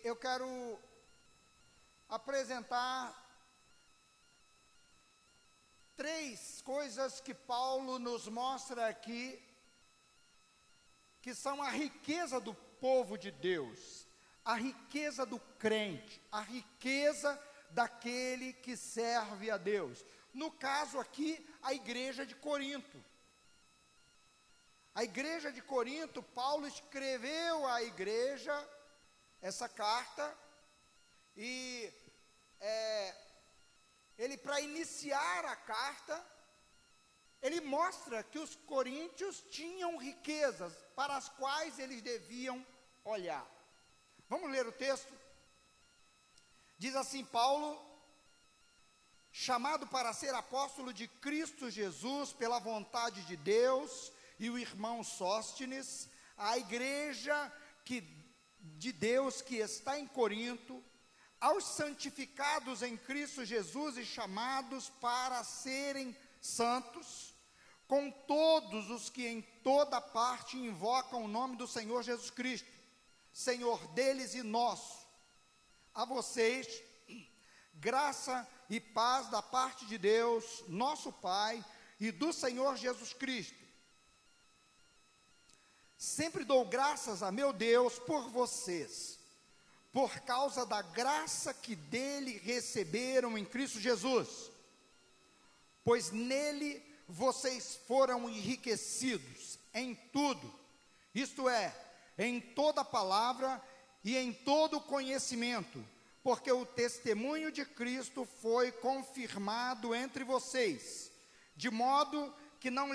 eu quero apresentar 3 coisas que Paulo nos mostra aqui, que são a riqueza do povo de Deus, a riqueza do crente, a riqueza daquele que serve a Deus. No caso aqui, a igreja de Corinto. A igreja de Corinto, Paulo escreveu à igreja essa carta, e ele, para iniciar a carta, ele mostra que os coríntios tinham riquezas para as quais eles deviam olhar. Vamos ler o texto? Diz assim Paulo: chamado para ser apóstolo de Cristo Jesus pela vontade de Deus, e o irmão Sóstenes, a igreja de Deus que está em Corinto, aos santificados em Cristo Jesus e chamados para serem santos, com todos os que em toda parte invocam o nome do Senhor Jesus Cristo, Senhor deles e nosso. A vocês, graça e paz da parte de Deus, nosso Pai, e do Senhor Jesus Cristo. Sempre dou graças a meu Deus por vocês, por causa da graça que dele receberam em Cristo Jesus, pois nele vocês foram enriquecidos em tudo, isto é, em toda palavra e em todo conhecimento, porque o testemunho de Cristo foi confirmado entre vocês, de modo que não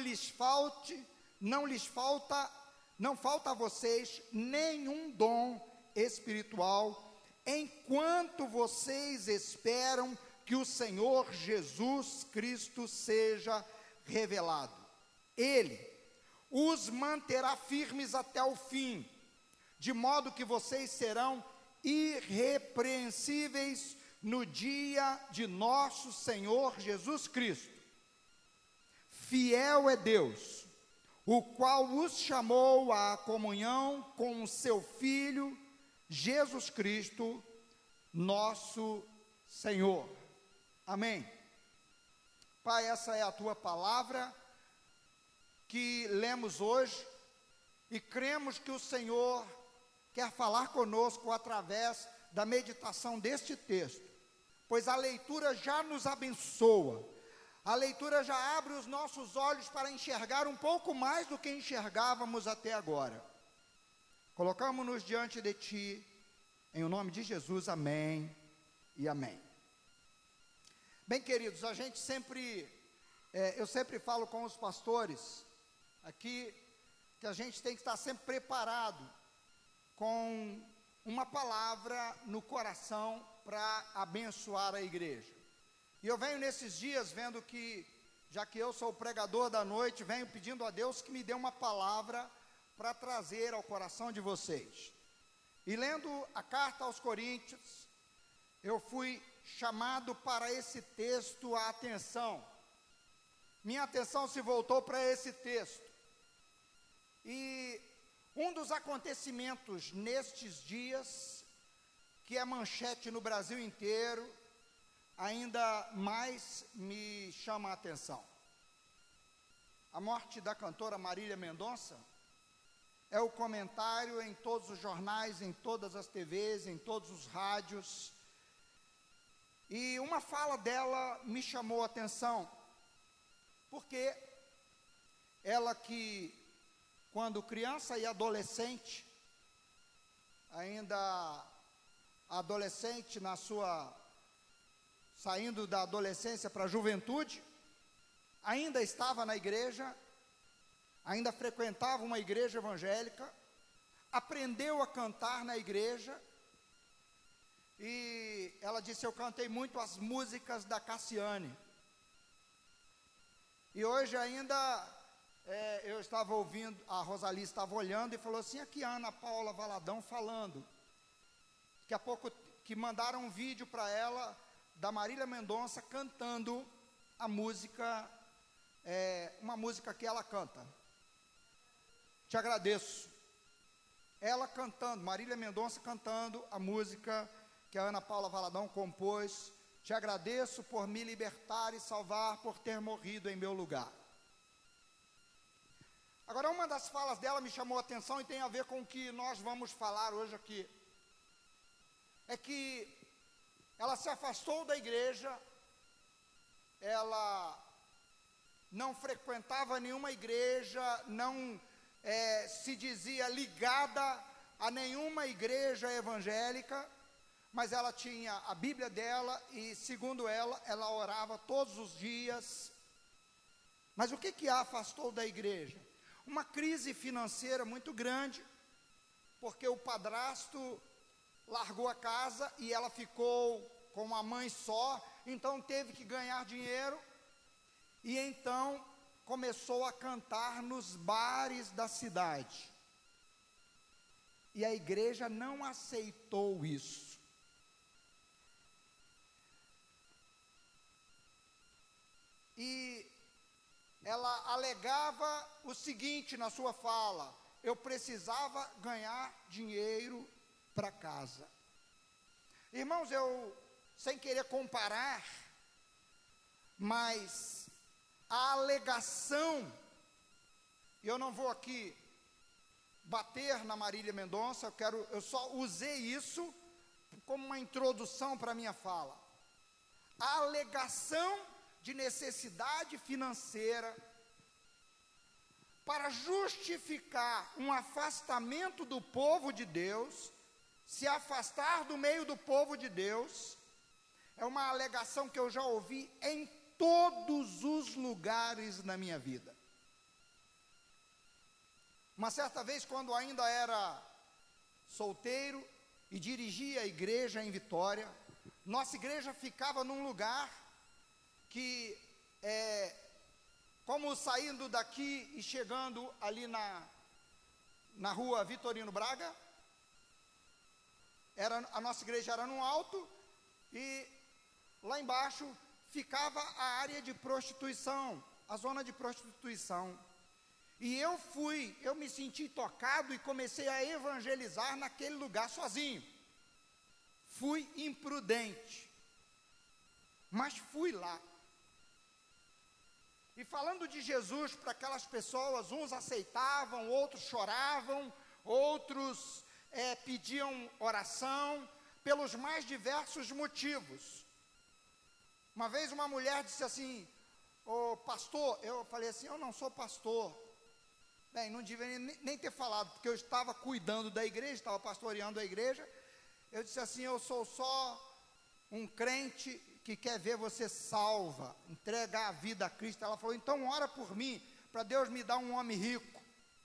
falta a vocês nenhum dom espiritual, enquanto vocês esperam que o Senhor Jesus Cristo seja revelado. Ele os manterá firmes até o fim, de modo que vocês serão irrepreensíveis no dia de nosso Senhor Jesus Cristo. Fiel é Deus, o qual os chamou à comunhão com o seu Filho, Jesus Cristo, nosso Senhor. Amém. Pai, essa é a tua palavra que lemos hoje, e cremos que o Senhor quer falar conosco através da meditação deste texto, pois a leitura já nos abençoa. A leitura já abre os nossos olhos para enxergar um pouco mais do que enxergávamos até agora. Colocamos-nos diante de Ti, em o nome de Jesus, amém e amém. Bem, queridos, eu sempre falo com os pastores aqui, que a gente tem que estar sempre preparado, com uma palavra no coração para abençoar a igreja. E eu venho nesses dias vendo que, já que eu sou o pregador da noite, venho pedindo a Deus que me dê uma palavra para trazer ao coração de vocês. E lendo a carta aos Coríntios, eu fui chamado para esse texto a atenção. Minha atenção se voltou para esse texto. E um dos acontecimentos nestes dias, que é manchete no Brasil inteiro, ainda mais me chama a atenção. A morte da cantora Marília Mendonça é o comentário em todos os jornais, em todas as TVs, em todos os rádios. E uma fala dela me chamou a atenção, porque ela que, quando criança e adolescente, ainda adolescente saindo da adolescência para a juventude, ainda estava na igreja, ainda frequentava uma igreja evangélica, aprendeu a cantar na igreja, e ela disse: eu cantei muito as músicas da Cassiane. E hoje ainda, eu estava ouvindo, a Rosali estava olhando e falou assim: aqui a Ana Paula Valadão falando. Daqui a pouco que mandaram um vídeo para ela, da Marília Mendonça cantando a música, uma música que ela canta. Te agradeço. ela cantando, Marília Mendonça cantando a música que a Ana Paula Valadão compôs, Te agradeço por me libertar e salvar, por ter morrido em meu lugar. Agora, uma das falas dela me chamou a atenção e tem a ver com o que nós vamos falar hoje aqui. É que ela se afastou da igreja, ela não frequentava nenhuma igreja, não se dizia ligada a nenhuma igreja evangélica, mas ela tinha a Bíblia dela e, segundo ela, ela orava todos os dias. Mas o que a afastou da igreja? Uma crise financeira muito grande, porque o padrasto largou a casa e ela ficou com uma mãe só, então teve que ganhar dinheiro, e então começou a cantar nos bares da cidade. E a igreja não aceitou isso. E ela alegava o seguinte na sua fala: eu precisava ganhar dinheiro para casa. Irmãos, eu, sem querer comparar, mas a alegação, eu não vou aqui bater na Marília Mendonça, eu só usei isso como uma introdução para a minha fala. A alegação de necessidade financeira para justificar um afastamento do povo de Deus, se afastar do meio do povo de Deus, é uma alegação que eu já ouvi em todos os lugares na minha vida. Uma certa vez, quando ainda era solteiro e dirigia a igreja em Vitória, nossa igreja ficava num lugar que, como saindo daqui e chegando ali na rua Vitorino Braga, a nossa igreja era num alto, e lá embaixo ficava a área de prostituição, a zona de prostituição. E eu me senti tocado e comecei a evangelizar naquele lugar sozinho. Fui imprudente, mas fui lá. E falando de Jesus para aquelas pessoas, uns aceitavam, outros choravam, outros pediam oração, pelos mais diversos motivos. Uma vez uma mulher disse assim: ô pastor, eu falei assim, eu não sou pastor. Bem, não devia nem ter falado, porque eu estava cuidando da igreja, estava pastoreando a igreja. Eu disse assim, eu sou só um crente que quer ver você salva, entregar a vida a Cristo. Ela falou, então ora por mim, para Deus me dar um homem rico.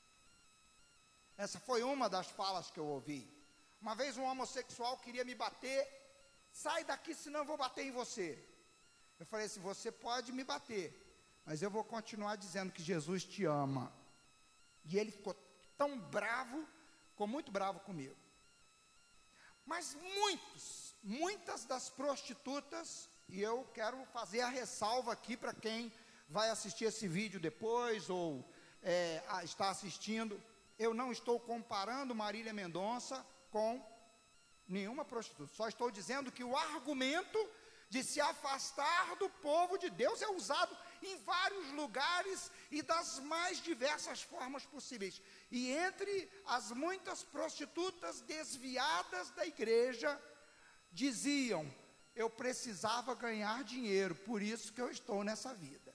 Essa foi uma das falas que eu ouvi. Uma vez um homossexual queria me bater, sai daqui senão eu vou bater em você. Eu falei assim, você pode me bater, mas eu vou continuar dizendo que Jesus te ama. E ele ficou tão bravo, ficou muito bravo comigo. Mas muitas das prostitutas, e eu quero fazer a ressalva aqui para quem vai assistir esse vídeo depois, ou está assistindo, eu não estou comparando Marília Mendonça com nenhuma prostituta, só estou dizendo que o argumento de se afastar do povo de Deus é usado em vários lugares e das mais diversas formas possíveis. E entre as muitas prostitutas desviadas da igreja, diziam, eu precisava ganhar dinheiro, por isso que eu estou nessa vida.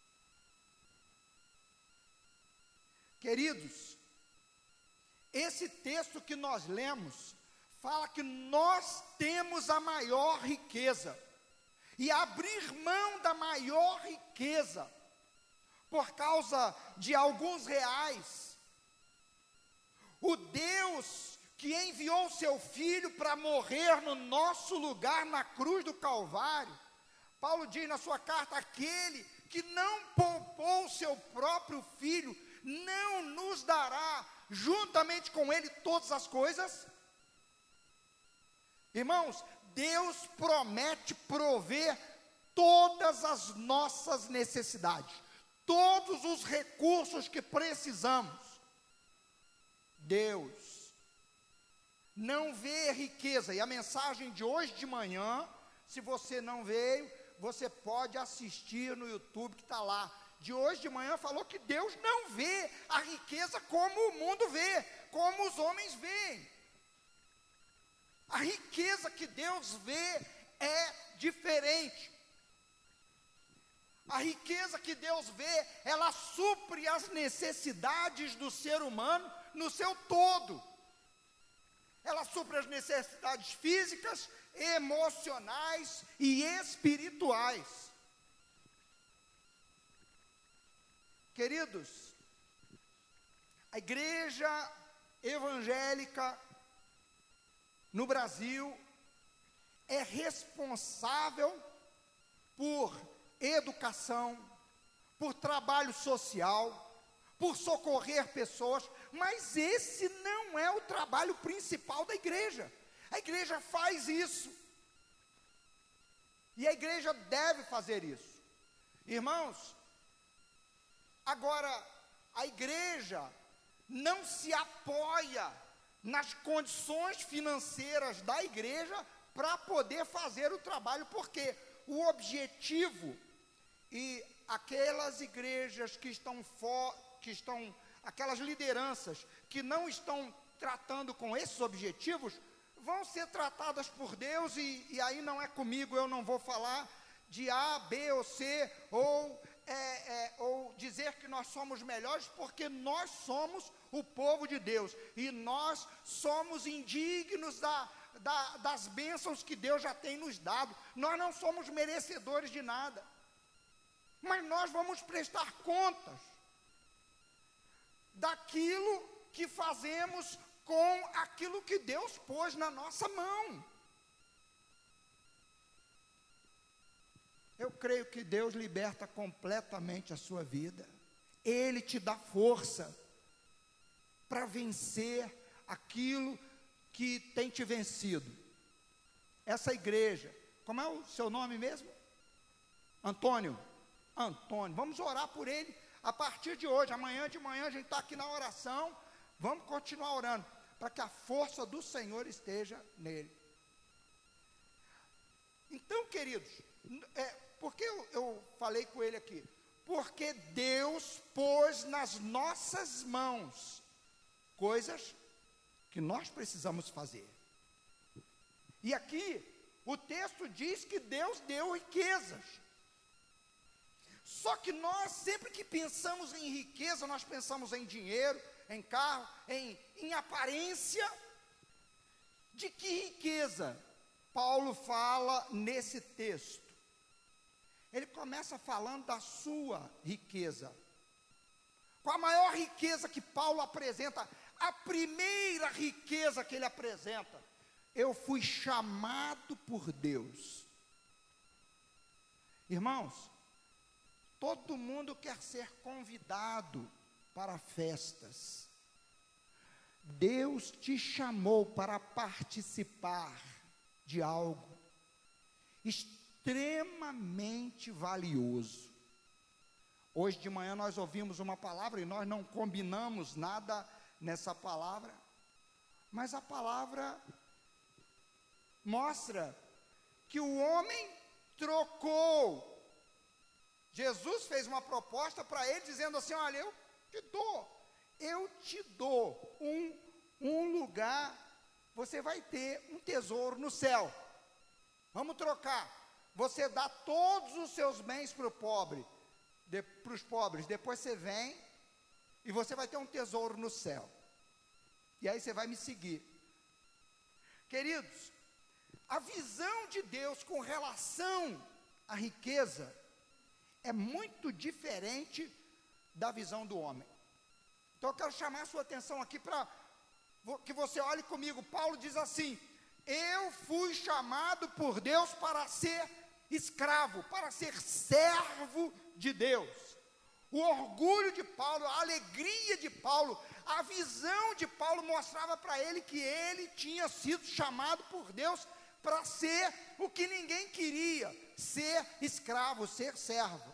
Queridos, esse texto que nós lemos, fala que nós temos a maior riqueza, e abrir mão da maior riqueza, por causa de alguns reais, o Deus que enviou seu Filho para morrer no nosso lugar na cruz do Calvário, Paulo diz na sua carta, aquele que não poupou seu próprio Filho, não nos dará juntamente com ele todas as coisas? Irmãos, Deus promete prover todas as nossas necessidades, todos os recursos que precisamos. Deus não vê riqueza. E a mensagem de hoje de manhã, se você não veio, você pode assistir no YouTube que está lá. De hoje de manhã falou que Deus não vê a riqueza como o mundo vê, como os homens veem. A riqueza que Deus vê é diferente. A riqueza que Deus vê, ela supre as necessidades do ser humano no seu todo. Ela supre as necessidades físicas, emocionais e espirituais. Queridos, a igreja evangélica no Brasil é responsável por educação, por trabalho social, por socorrer pessoas, mas esse não é o trabalho principal da igreja. A igreja faz isso, e a igreja deve fazer isso. Irmãos, agora, a igreja não se apoia nas condições financeiras da igreja para poder fazer o trabalho, porque o objetivo, e aquelas igrejas que estão aquelas lideranças que não estão tratando com esses objetivos, vão ser tratadas por Deus, e aí não é comigo, eu não vou falar de A, B ou C, ou dizer que nós somos melhores, porque nós somos o povo de Deus, e nós somos indignos das bênçãos que Deus já tem nos dado. Nós não somos merecedores de nada, mas nós vamos prestar contas daquilo que fazemos com aquilo que Deus pôs na nossa mão. Eu creio que Deus liberta completamente a sua vida. Ele te dá força para vencer aquilo que tem te vencido. Essa igreja, como é o seu nome mesmo? Antônio, vamos orar por ele a partir de hoje. Amanhã de manhã a gente está aqui na oração, vamos continuar orando, para que a força do Senhor esteja nele. Então, queridos, por que eu falei com ele aqui? Porque Deus pôs nas nossas mãos coisas que nós precisamos fazer. E aqui, o texto diz que Deus deu riquezas. Só que nós, sempre que pensamos em riqueza, nós pensamos em dinheiro, em carro, em aparência. De que riqueza Paulo fala nesse texto? Ele começa falando da sua riqueza. Qual a maior riqueza que Paulo apresenta? A primeira riqueza que ele apresenta: eu fui chamado por Deus. Irmãos, todo mundo quer ser convidado para festas. Deus te chamou para participar de algo extremamente valioso. Hoje de manhã nós ouvimos uma palavra e nós não combinamos nada nessa palavra, mas a palavra mostra que o homem trocou. Jesus fez uma proposta para ele, dizendo assim: olha, eu te dou um lugar, você vai ter um tesouro no céu. Vamos trocar. Você dá todos os seus bens para os pobres, depois você vem e você vai ter um tesouro no céu. E aí você vai me seguir. Queridos, a visão de Deus com relação à riqueza é muito diferente da visão do homem. Então eu quero chamar a sua atenção aqui para que você olhe comigo. Paulo diz assim: eu fui chamado por Deus para ser escravo, para ser servo de Deus. O orgulho de Paulo, a alegria de Paulo, a visão de Paulo mostrava para ele que ele tinha sido chamado por Deus para ser o que ninguém queria, ser escravo, ser servo.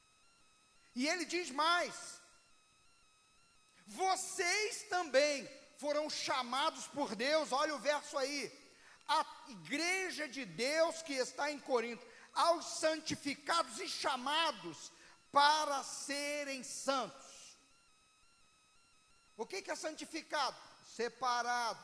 E ele diz mais: vocês também foram chamados por Deus, olha o verso aí, a igreja de Deus que está em Corinto, aos santificados e chamados para serem santos. O que é santificado? Separado.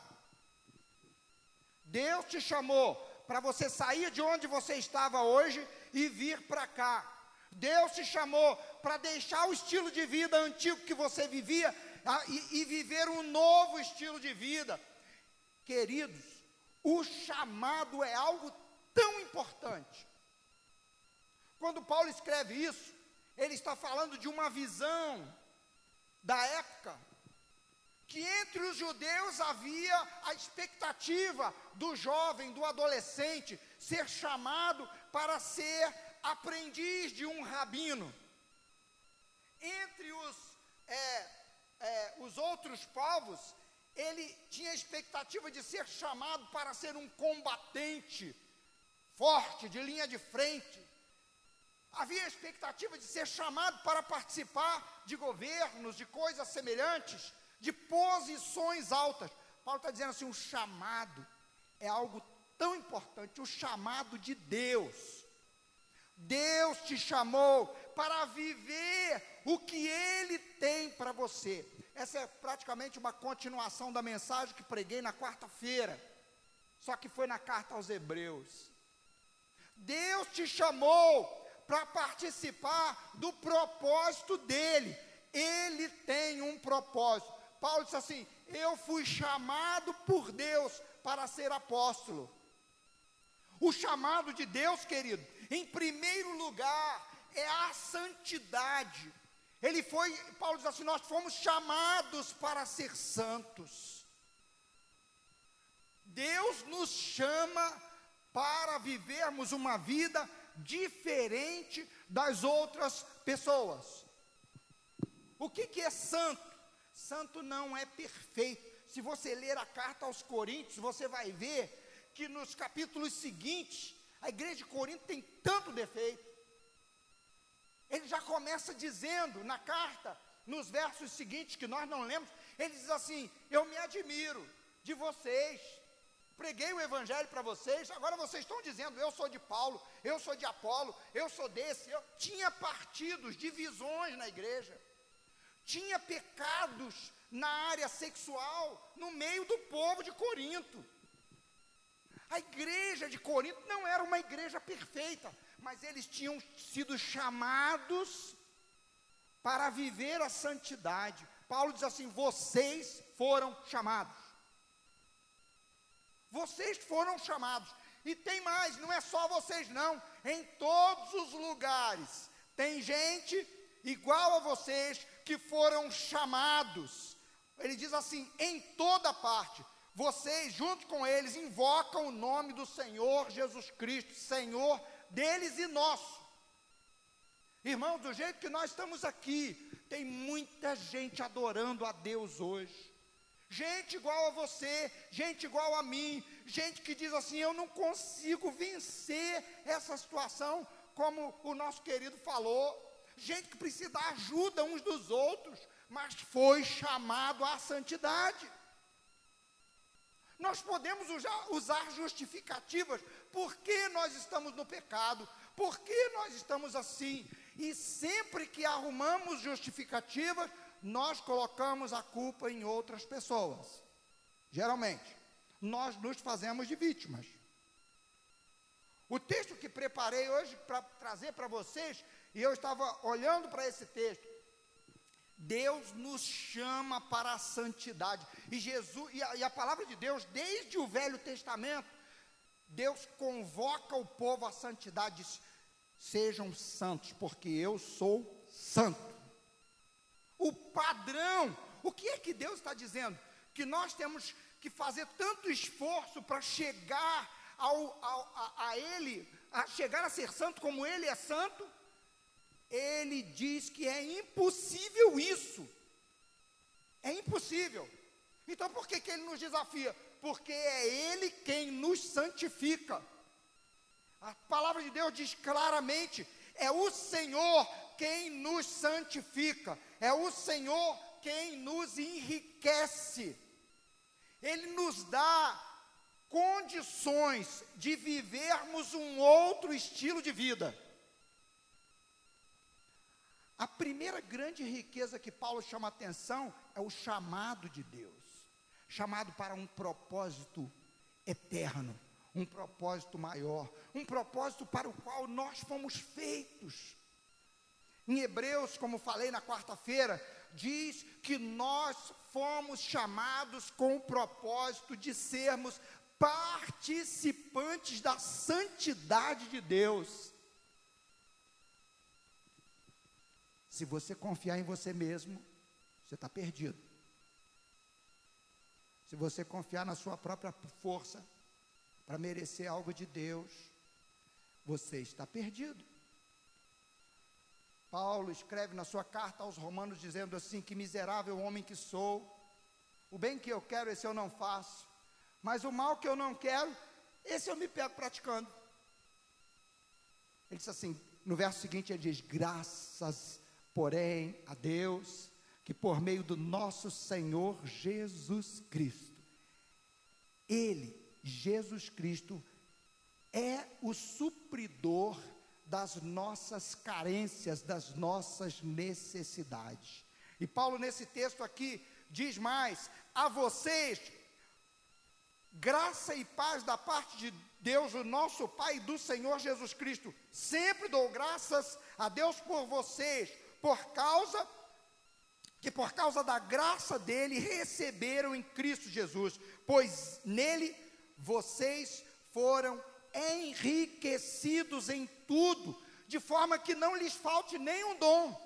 Deus te chamou para você sair de onde você estava hoje e vir para cá. Deus te chamou para deixar o estilo de vida antigo que você vivia e viver um novo estilo de vida. Queridos, o chamado é algo tão importante. Quando Paulo escreve isso, ele está falando de uma visão da época, que entre os judeus havia a expectativa do jovem, do adolescente, ser chamado para ser aprendiz de um rabino. Entre os outros povos, ele tinha a expectativa de ser chamado para ser um combatente forte, de linha de frente. Havia a expectativa de ser chamado para participar de governos, de coisas semelhantes, de posições altas. Paulo está dizendo assim, o chamado é algo tão importante, o chamado de Deus. Deus te chamou para viver o que Ele tem para você. Essa é praticamente uma continuação da mensagem que preguei na quarta-feira, só que foi na carta aos Hebreus. Deus te chamou para participar do propósito dEle. Ele tem um propósito. Paulo disse assim, eu fui chamado por Deus para ser apóstolo. O chamado de Deus, querido, em primeiro lugar, é a santidade. Paulo diz assim, nós fomos chamados para ser santos. Deus nos chama para vivermos uma vida diferente das outras pessoas. O que é santo? Santo não é perfeito. Se você ler a carta aos Coríntios, você vai ver que nos capítulos seguintes, a igreja de Corinto tem tanto defeito. Ele já começa dizendo na carta, nos versos seguintes que nós não lemos, ele diz assim, eu me admiro de vocês, preguei o evangelho para vocês, agora vocês estão dizendo, eu sou de Paulo, eu sou de Apolo, eu sou desse. Tinha partidos, divisões na igreja, tinha pecados na área sexual, no meio do povo de Corinto. A igreja de Corinto não era uma igreja perfeita, mas eles tinham sido chamados para viver a santidade. Paulo diz assim, vocês foram chamados. Vocês foram chamados. E tem mais, não é só vocês não. Em todos os lugares, tem gente igual a vocês que foram chamados. Ele diz assim, em toda parte. Vocês, junto com eles, invocam o nome do Senhor Jesus Cristo, Senhor deles e nosso. Irmãos, do jeito que nós estamos aqui, tem muita gente adorando a Deus hoje. Gente igual a você, gente igual a mim, gente que diz assim, eu não consigo vencer essa situação, como o nosso querido falou. Gente que precisa da ajuda uns dos outros, mas foi chamado à santidade. Nós podemos usar justificativas, por que nós estamos no pecado, por que nós estamos assim, e sempre que arrumamos justificativas, nós colocamos a culpa em outras pessoas. Geralmente, nós nos fazemos de vítimas. O texto que preparei hoje para trazer para vocês, e eu estava olhando para esse texto, Deus nos chama para a santidade, e Jesus, e a palavra de Deus, desde o Velho Testamento, Deus convoca o povo à santidade, diz, sejam santos, porque eu sou santo. O padrão, o que é que Deus está dizendo? Que nós temos que fazer tanto esforço para chegar a Ele, a chegar a ser santo como Ele é santo. Ele diz que é impossível isso. É impossível. Então por que Ele nos desafia? Porque é Ele quem nos santifica. A palavra de Deus diz claramente, é o Senhor quem nos santifica, é o Senhor quem nos enriquece. Ele nos dá condições de vivermos um outro estilo de vida. A primeira grande riqueza que Paulo chama a atenção é o chamado de Deus, chamado para um propósito eterno, um propósito maior, um propósito para o qual nós fomos feitos. Em Hebreus, como falei na quarta-feira, diz que nós fomos chamados com o propósito de sermos participantes da santidade de Deus. Se você confiar em você mesmo, você está perdido. Se você confiar na sua própria força para merecer algo de Deus, você está perdido. Paulo escreve na sua carta aos Romanos dizendo assim: que miserável homem que sou, o bem que eu quero, esse eu não faço, mas o mal que eu não quero, esse eu me pego praticando. Ele diz assim, no verso seguinte ele diz: graças, porém, a Deus, que por meio do nosso Senhor Jesus Cristo, Ele, Jesus Cristo, é o supridor das nossas carências, das nossas necessidades. E Paulo nesse texto aqui diz mais: a vocês, graça e paz da parte de Deus, o nosso Pai, e do Senhor Jesus Cristo. Sempre dou graças a Deus por vocês, por causa da graça dele receberam em Cristo Jesus, pois nele vocês foram enriquecidos em tudo, de forma que não lhes falte nenhum dom.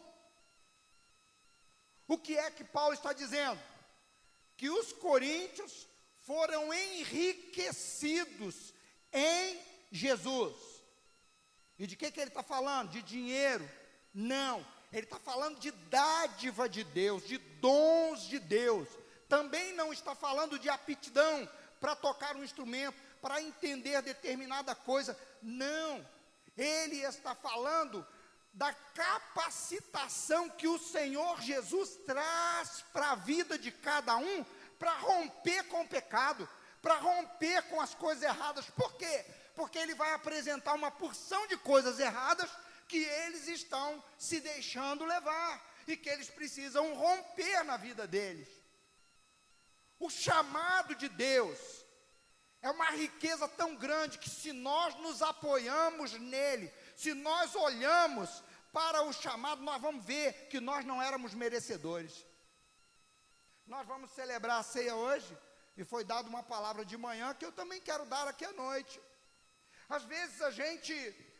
O que é que Paulo está dizendo? Que os coríntios foram enriquecidos em Jesus. E de que ele está falando? De dinheiro? Não, ele está falando de dádiva de Deus, de dons de Deus. Também não está falando de aptidão para tocar um instrumento, para entender determinada coisa. Não, ele está falando da capacitação que o Senhor Jesus traz para a vida de cada um, para romper com o pecado, para romper com as coisas erradas. Por quê? Porque ele vai apresentar uma porção de coisas erradas que eles estão se deixando levar e que eles precisam romper na vida deles. O chamado de Deus é uma riqueza tão grande que, se nós nos apoiamos nele, se nós olhamos para o chamado, nós vamos ver que nós não éramos merecedores. Nós vamos celebrar a ceia hoje, e foi dada uma palavra de manhã que eu também quero dar aqui à noite. Às vezes a gente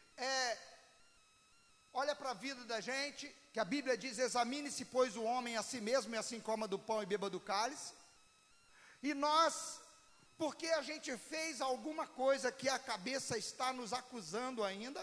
olha para a vida da gente, que a Bíblia diz: examine-se, pois, o homem a si mesmo, e assim coma do pão e beba do cálice. E nós, porque a gente fez alguma coisa que a cabeça está nos acusando ainda,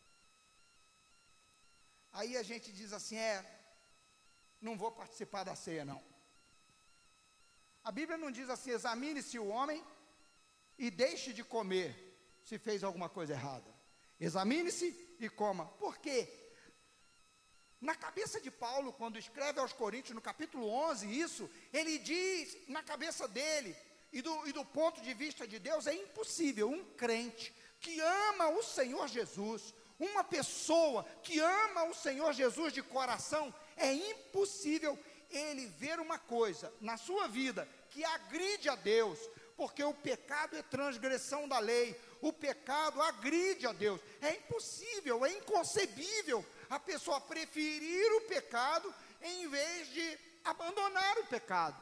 aí a gente diz assim: não vou participar da ceia não. A Bíblia não diz assim: examine-se o homem e deixe de comer se fez alguma coisa errada. Examine-se e coma. Por quê? Na cabeça de Paulo, quando escreve aos Coríntios, no capítulo 11, isso, ele diz, na cabeça dele, e do ponto de vista de Deus, é impossível um crente que ama o Senhor Jesus, uma pessoa que ama o Senhor Jesus de coração, é impossível ele ver uma coisa na sua vida que agride a Deus, porque o pecado é transgressão da lei, o pecado agride a Deus. É impossível, é inconcebível a pessoa preferir o pecado em vez de abandonar o pecado.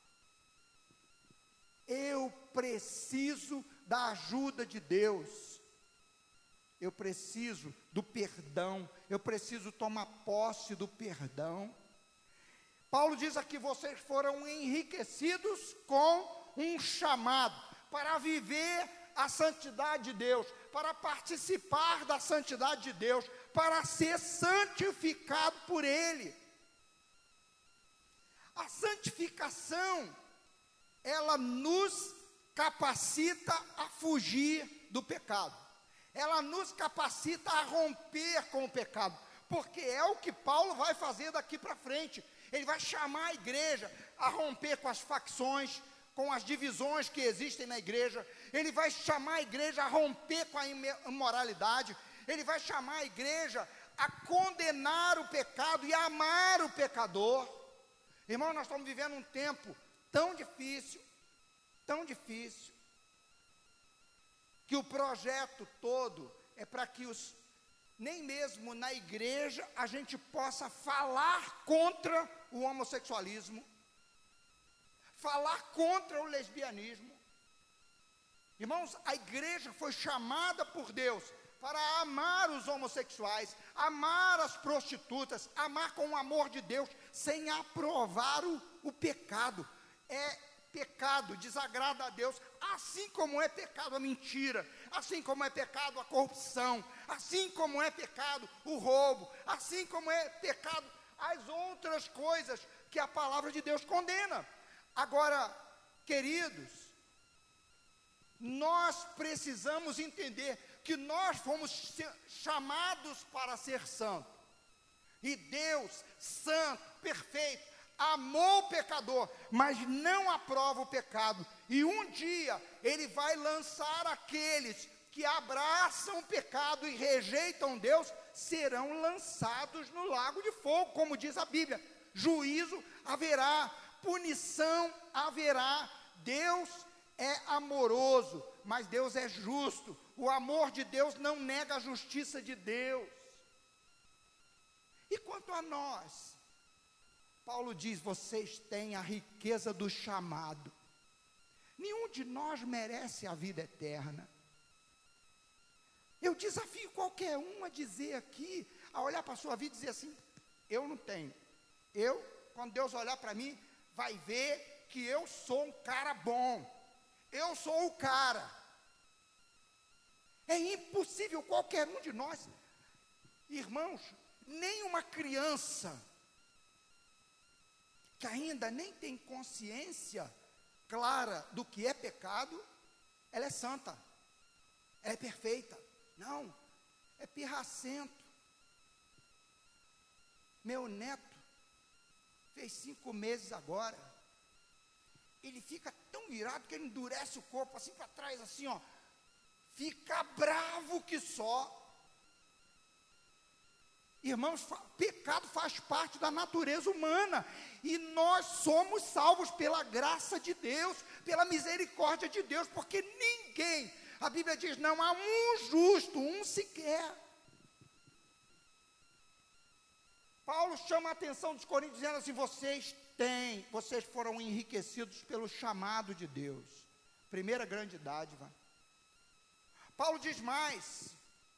Eu preciso da ajuda de Deus, eu preciso do perdão, eu preciso tomar posse do perdão. Paulo diz aqui: vocês foram enriquecidos com um chamado para viver a santidade de Deus, para participar da santidade de Deus, para ser santificado por Ele. A santificação, ela nos capacita a fugir do pecado, ela nos capacita a romper com o pecado, porque é o que Paulo vai fazer daqui para frente. Ele vai chamar a igreja a romper com as facções, com as divisões que existem na igreja, ele vai chamar a igreja a romper com a imoralidade, ele vai chamar a igreja a condenar o pecado e a amar o pecador. Irmão, nós estamos vivendo um tempo tão difícil, que o projeto todo é para que nem mesmo na igreja a gente possa falar contra o homossexualismo, falar contra o lesbianismo. Irmãos, a igreja foi chamada por Deus para amar os homossexuais, amar as prostitutas, amar com o amor de Deus, sem aprovar o pecado. É pecado, desagrada a Deus, assim como é pecado a mentira, assim como é pecado a corrupção, assim como é pecado o roubo, assim como é pecado as outras coisas que a palavra de Deus condena. Agora, queridos, nós precisamos entender que nós fomos chamados para ser santos, e Deus, santo, perfeito, amou o pecador, mas não aprova o pecado, e um dia Ele vai lançar aqueles que abraçam o pecado e rejeitam Deus, serão lançados no lago de fogo, como diz a Bíblia. Juízo haverá, punição haverá. Deus é amoroso, mas Deus é justo. O amor de Deus não nega a justiça de Deus. E quanto a nós, Paulo diz: vocês têm a riqueza do chamado. Nenhum de nós merece a vida eterna. Eu desafio qualquer um a dizer aqui, a olhar para a sua vida e dizer assim: eu não tenho. Quando Deus olhar para mim, vai ver que eu sou um cara bom. Eu sou o cara. É impossível qualquer um de nós. Irmãos, nem uma criança que ainda nem tem consciência clara do que é pecado, ela é santa, ela é perfeita. Não, é pirracento. Meu neto fez 5 meses agora. Ele fica tão irado que ele endurece o corpo assim para trás, assim, ó. Fica bravo que só. Irmãos, pecado faz parte da natureza humana, e nós somos salvos pela graça de Deus, pela misericórdia de Deus, porque ninguém, a Bíblia diz, não há um justo, um sequer. Paulo chama a atenção dos coríntios dizendo assim: vocês foram enriquecidos pelo chamado de Deus. Primeira grande dádiva. Paulo diz mais: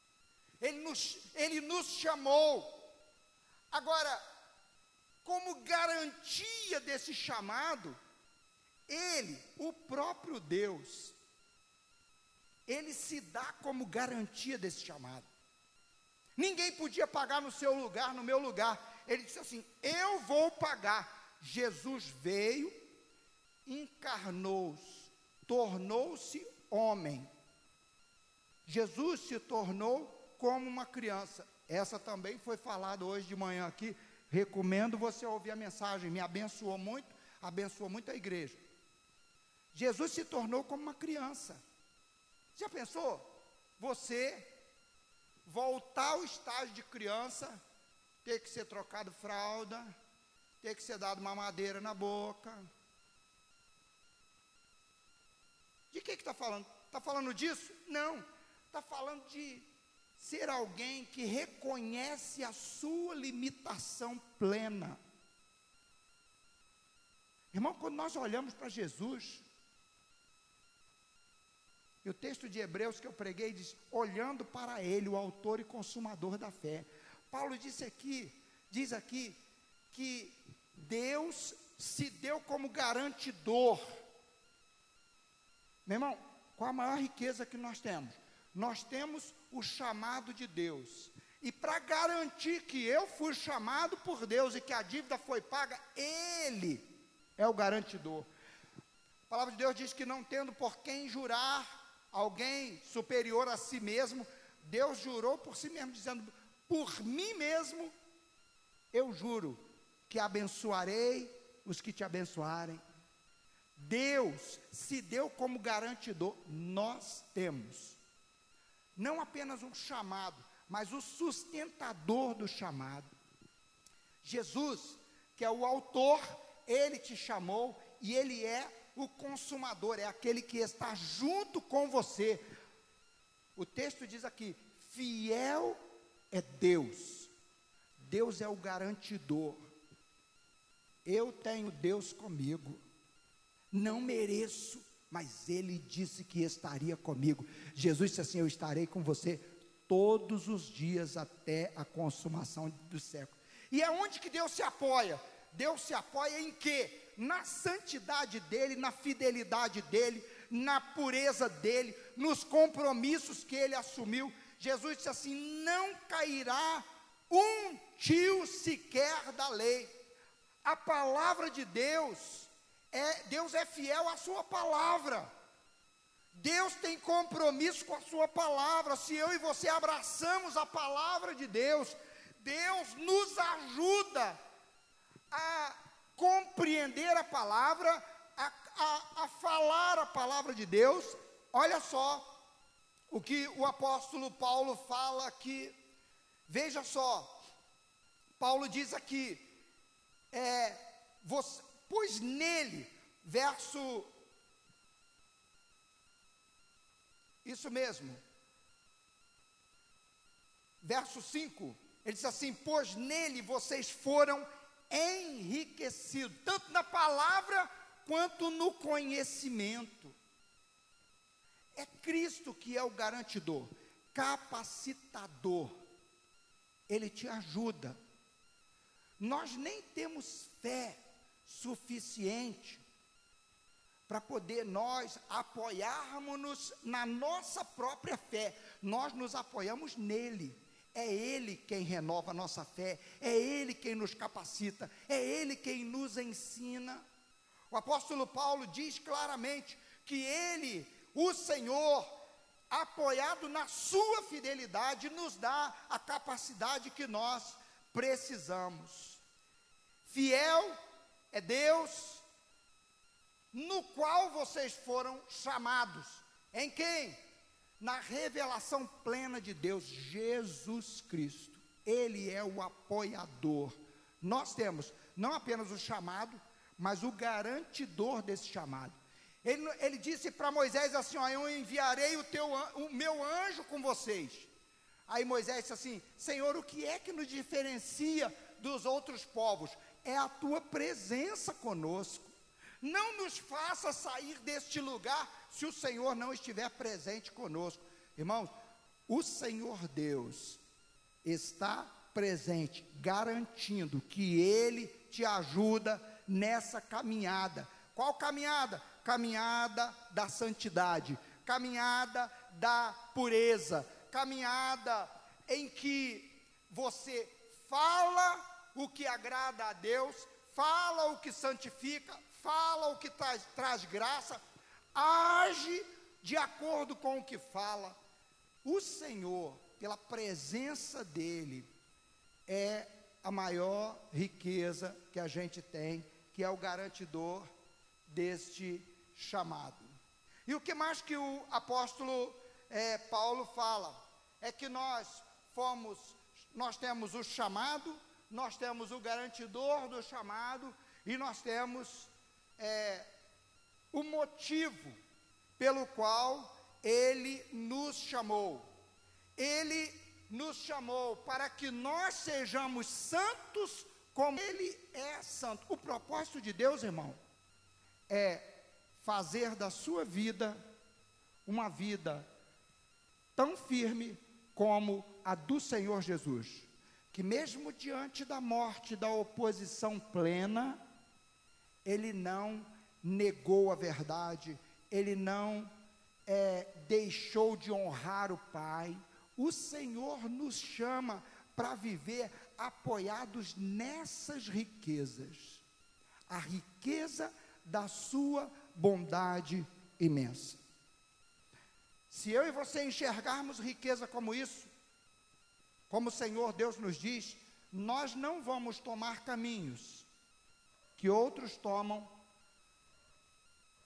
ele nos chamou. Agora, como garantia desse chamado, o próprio Deus, ele se dá como garantia desse chamado. Ninguém podia pagar no seu lugar, no meu lugar. Ele disse assim: eu vou pagar. Jesus veio, encarnou-se, tornou-se homem. Jesus se tornou como uma criança. Essa também foi falada hoje de manhã aqui. Recomendo você ouvir a mensagem, me abençoou muito a igreja. Jesus se tornou como uma criança. Já pensou? Você voltar ao estágio de criança, ter que ser trocado fralda, ter que ser dado mamadeira na boca. De que está falando? Está falando disso? Não. Está falando de ser alguém que reconhece a sua limitação plena. Irmão, quando nós olhamos para Jesus, e o texto de Hebreus que eu preguei diz: olhando para ele, o autor e consumador da fé. Paulo diz aqui que Deus se deu como garantidor. Meu irmão, qual a maior riqueza que nós temos? Nós temos o chamado de Deus, e para garantir que eu fui chamado por Deus e que a dívida foi paga, Ele é o garantidor. A palavra de Deus diz que não tendo por quem jurar alguém superior a si mesmo, Deus jurou por si mesmo, dizendo: por mim mesmo eu juro que abençoarei os que te abençoarem. Deus se deu como garantidor. Nós temos não apenas um chamado, mas o sustentador do chamado. Jesus, que é o autor, ele te chamou e ele é o consumador, é aquele que está junto com você. O texto diz aqui: fiel é Deus. Deus é o garantidor. Eu tenho Deus comigo. Não mereço, mas Ele disse que estaria comigo. Jesus disse assim: eu estarei com você todos os dias até a consumação do século. E é onde que Deus se apoia? Deus se apoia em quê? Na santidade dEle, na fidelidade dEle, na pureza dEle, nos compromissos que Ele assumiu. Jesus disse assim: não cairá um tio sequer da lei. A palavra de Deus é fiel à sua palavra. Deus tem compromisso com a sua palavra. Se eu e você abraçamos a palavra de Deus, Deus nos ajuda a compreender a palavra, a falar a palavra de Deus. Olha só o que o apóstolo Paulo fala aqui. Veja só, Paulo diz aqui, pois nele, verso 5, ele diz assim: pois nele vocês foram enriquecidos, tanto na palavra quanto no conhecimento. É Cristo que é o garantidor, capacitador. Ele te ajuda. Nós nem temos fé suficiente para poder nós apoiarmos-nos na nossa própria fé. Nós nos apoiamos nele. É Ele quem renova a nossa fé, é Ele quem nos capacita, é Ele quem nos ensina. O apóstolo Paulo diz claramente que Ele, o Senhor, apoiado na sua fidelidade, nos dá a capacidade que nós precisamos. Fiel é Deus, no qual vocês foram chamados. Em quem? Na revelação plena de Deus, Jesus Cristo. Ele é o apoiador. Nós temos não apenas o chamado, mas o garantidor desse chamado. Ele disse para Moisés assim: ó, eu enviarei o meu anjo com vocês. Aí Moisés disse assim: Senhor, o que é que nos diferencia dos outros povos? É a tua presença conosco. Não nos faça sair deste lugar se o Senhor não estiver presente conosco. Irmãos, o Senhor Deus está presente, garantindo que Ele te ajuda nessa caminhada. Qual caminhada? Caminhada da santidade, caminhada da pureza, caminhada em que você fala o que agrada a Deus, fala o que santifica, fala o que traz graça, age de acordo com o que fala. O Senhor, pela presença dEle, é a maior riqueza que a gente tem, que é o garantidor deste chamado. E o que mais que o apóstolo Paulo fala? É que nós temos o chamado, nós temos o garantidor do chamado, e nós temos o motivo pelo qual Ele nos chamou. Ele nos chamou para que nós sejamos santos como Ele é santo. O propósito de Deus, irmão, é fazer da sua vida uma vida tão firme como a do Senhor Jesus, que mesmo diante da morte, da oposição plena, Ele não negou a verdade, Ele não deixou de honrar o Pai. O Senhor nos chama para viver apoiados nessas riquezas, a riqueza da sua bondade imensa. Se eu e você enxergarmos riqueza como isso, como o Senhor Deus nos diz, nós não vamos tomar caminhos que outros tomam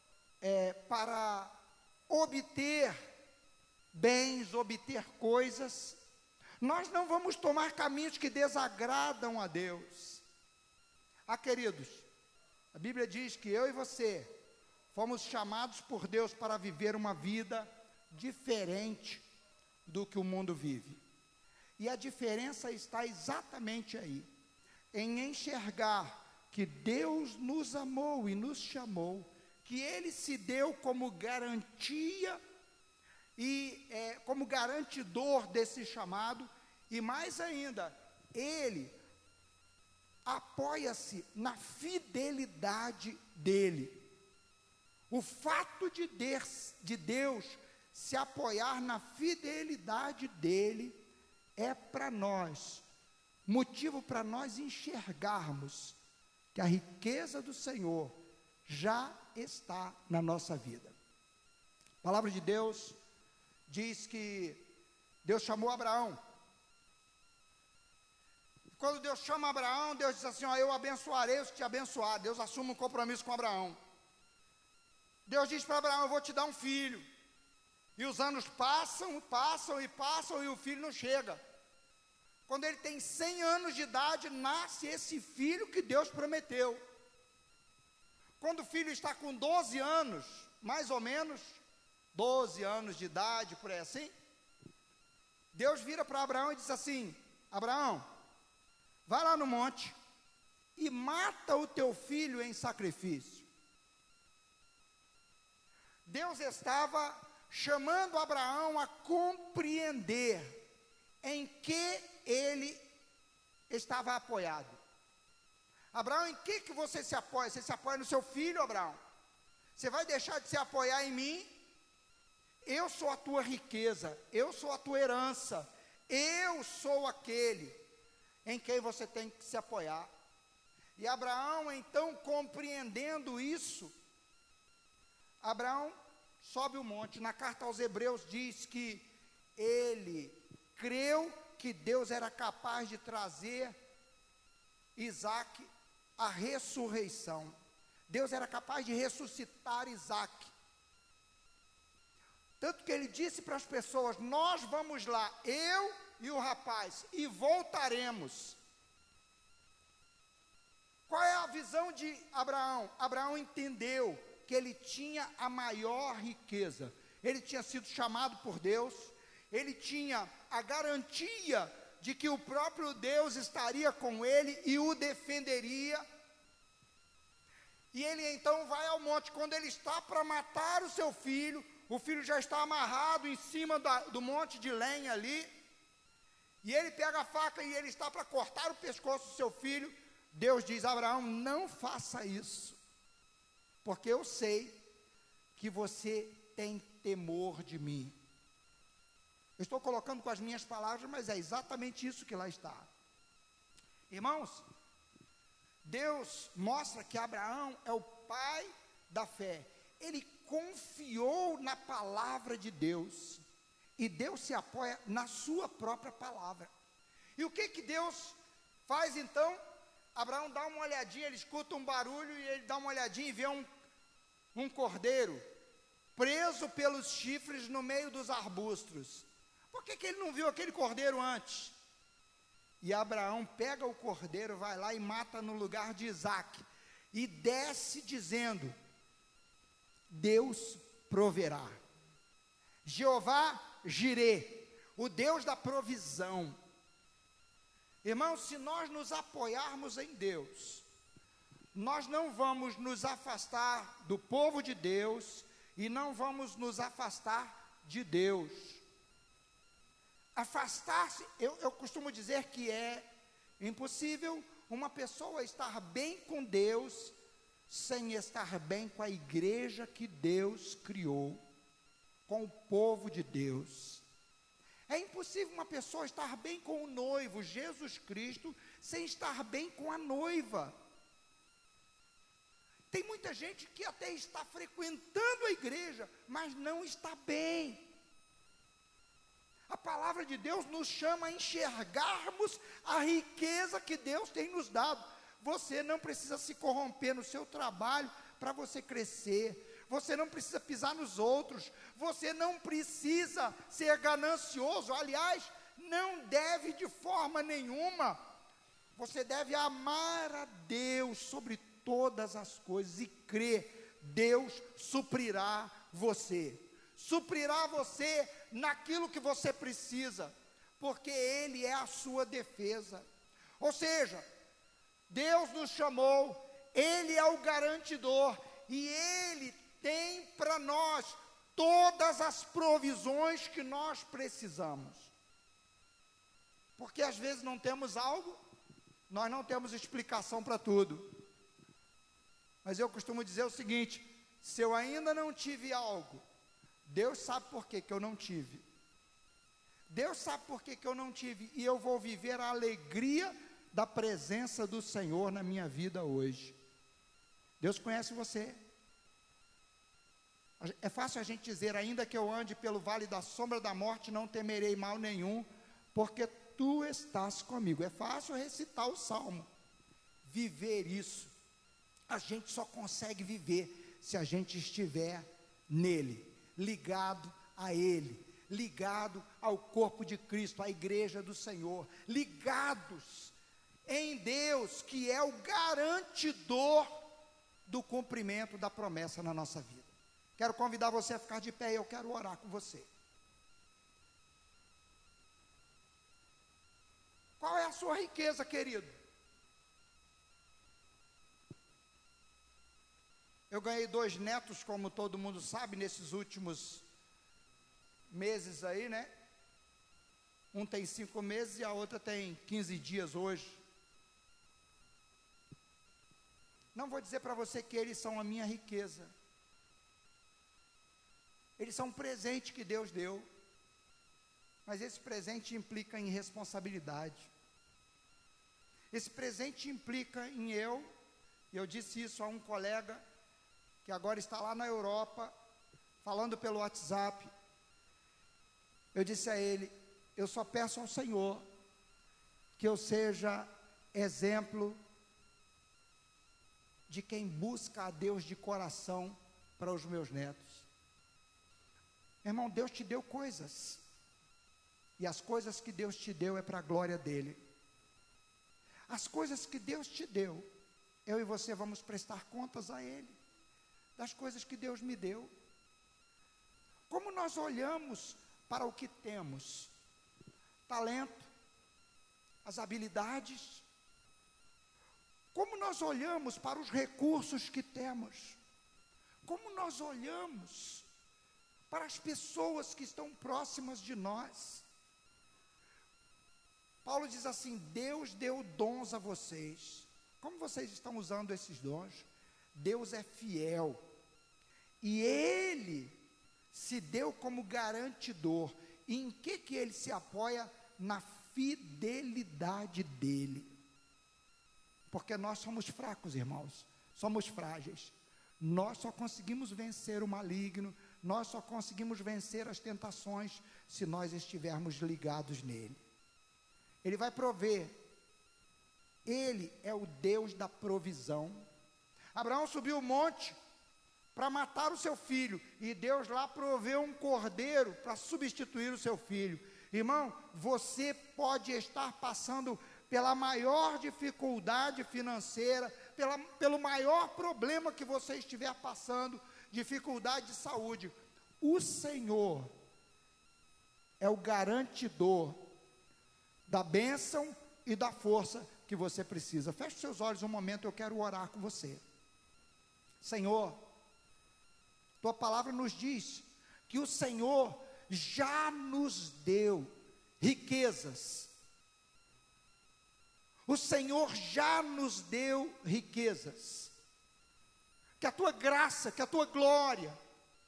para obter bens, obter coisas, nós não vamos tomar caminhos que desagradam a Deus. Queridos, a Bíblia diz que eu e você fomos chamados por Deus para viver uma vida diferente do que o mundo vive. E a diferença está exatamente aí, em enxergar que Deus nos amou e nos chamou, que Ele se deu como garantia e como garantidor desse chamado, e mais ainda, Ele apoia-se na fidelidade dEle. O fato de Deus se apoiar na fidelidade dEle é para nós, motivo para nós enxergarmos que a riqueza do Senhor já está na nossa vida. A palavra de Deus diz que Deus chamou Abraão. Quando Deus chama Abraão, Deus diz assim: eu abençoarei os que te abençoar. Deus assume um compromisso com Abraão. Deus diz para Abraão: eu vou te dar um filho. E os anos passam e o filho não chega. Quando ele tem 100 anos de idade, nasce esse filho que Deus prometeu. Quando o filho está com 12 anos, mais ou menos, 12 anos de idade, por aí assim, Deus vira para Abraão e diz assim: Abraão, vai lá no monte e mata o teu filho em sacrifício. Deus estava chamando Abraão a compreender em que ele estava apoiado. Abraão, em que você se apoia? Você se apoia no seu filho, Abraão? Você vai deixar de se apoiar em mim? Eu sou a tua riqueza, eu sou a tua herança, eu sou aquele em quem você tem que se apoiar. E Abraão, então, compreendendo isso, Abraão sobe o monte. Na carta aos Hebreus diz que ele creu que Deus era capaz de trazer Isaque à ressurreição. Deus era capaz de ressuscitar Isaque. Tanto que ele disse para as pessoas: nós vamos lá, eu e o rapaz, e voltaremos. Qual é a visão de Abraão? Abraão entendeu que ele tinha a maior riqueza. Ele tinha sido chamado por Deus, ele tinha a garantia de que o próprio Deus estaria com ele e o defenderia. E ele então vai ao monte. Quando ele está para matar o seu filho, o filho já está amarrado em cima do monte de lenha ali, e ele pega a faca e ele está para cortar o pescoço do seu filho. Deus diz: Abraão, não faça isso, porque eu sei que você tem temor de mim. Eu estou colocando com as minhas palavras, mas é exatamente isso que lá está. Irmãos, Deus mostra que Abraão é o pai da fé. Ele confiou na palavra de Deus, e Deus se apoia na sua própria palavra. E o que Deus faz então? Abraão dá uma olhadinha, ele escuta um barulho, e ele dá uma olhadinha e vê um cordeiro preso pelos chifres no meio dos arbustos. Por que ele não viu aquele cordeiro antes? E Abraão pega o cordeiro, vai lá e mata no lugar de Isaque, e desce dizendo: Deus proverá. Jeová Jirê, o Deus da provisão. Irmãos, se nós nos apoiarmos em Deus, nós não vamos nos afastar do povo de Deus, e não vamos nos afastar de Deus. Afastar-se, eu costumo dizer que é impossível uma pessoa estar bem com Deus sem estar bem com a igreja que Deus criou, com o povo de Deus. É impossível uma pessoa estar bem com o noivo, Jesus Cristo, sem estar bem com a noiva. Tem muita gente que até está frequentando a igreja, mas não está bem. A palavra de Deus nos chama a enxergarmos a riqueza que Deus tem nos dado. Você não precisa se corromper no seu trabalho para você crescer. você não precisa pisar nos outros, você não precisa ser ganancioso, aliás, não deve de forma nenhuma. Você deve amar a Deus sobre todas as coisas e crer, Deus suprirá você naquilo que você precisa, porque Ele é a sua defesa. Ou seja, Deus nos chamou, Ele é o garantidor, e Ele tem para nós todas as provisões que nós precisamos. Porque às vezes não temos algo, nós não temos explicação para tudo. Mas eu costumo dizer o seguinte: se eu ainda não tive algo, Deus sabe por que eu não tive. Deus sabe por que eu não tive, e eu vou viver a alegria da presença do Senhor na minha vida hoje. Deus conhece você. É fácil a gente dizer: ainda que eu ande pelo vale da sombra da morte, não temerei mal nenhum, porque tu estás comigo. É fácil recitar o salmo. Viver isso, a gente só consegue viver se a gente estiver nele, ligado a ele, ligado ao corpo de Cristo, à igreja do Senhor, ligados em Deus, que é o garantidor do cumprimento da promessa na nossa vida. Quero convidar você a ficar de pé e eu quero orar com você. Qual é a sua riqueza, querido? Eu ganhei 2 netos, como todo mundo sabe, nesses últimos meses aí, né? Um tem 5 meses e a outra tem 15 dias hoje. Não vou dizer para você que eles são a minha riqueza. Eles são um presente que Deus deu. Mas esse presente implica em responsabilidade. Esse presente implica em eu disse isso a um colega que agora está lá na Europa, falando pelo WhatsApp. Eu disse a ele: eu só peço ao Senhor que eu seja exemplo de quem busca a Deus de coração para os meus netos. Irmão, Deus te deu coisas, e as coisas que Deus te deu é para a glória dele. As coisas que Deus te deu, eu e você vamos prestar contas a ele, das coisas que Deus me deu. Como nós olhamos para o que temos? Talento, as habilidades. Como nós olhamos para os recursos que temos? Como nós olhamos para as pessoas que estão próximas de nós? Paulo diz assim: Deus deu dons a vocês. Como vocês estão usando esses dons? Deus é fiel, e Ele se deu como garantidor. E em que Ele se apoia? Na fidelidade dEle. Porque nós somos fracos, irmãos, somos frágeis. Nós só conseguimos vencer o maligno, nós só conseguimos vencer as tentações se nós estivermos ligados nele. Ele vai prover. Ele é o Deus da provisão. Abraão subiu o monte para matar o seu filho, e Deus lá proveu um cordeiro para substituir o seu filho. Irmão, você pode estar passando pela maior dificuldade financeira, pelo maior problema que você estiver passando, dificuldade de saúde. O Senhor é o garantidor da bênção e da força que você precisa. Feche seus olhos um momento, eu quero orar com você. Senhor, tua palavra nos diz que o Senhor já nos deu riquezas. O Senhor já nos deu riquezas. Que a tua graça, que a tua glória,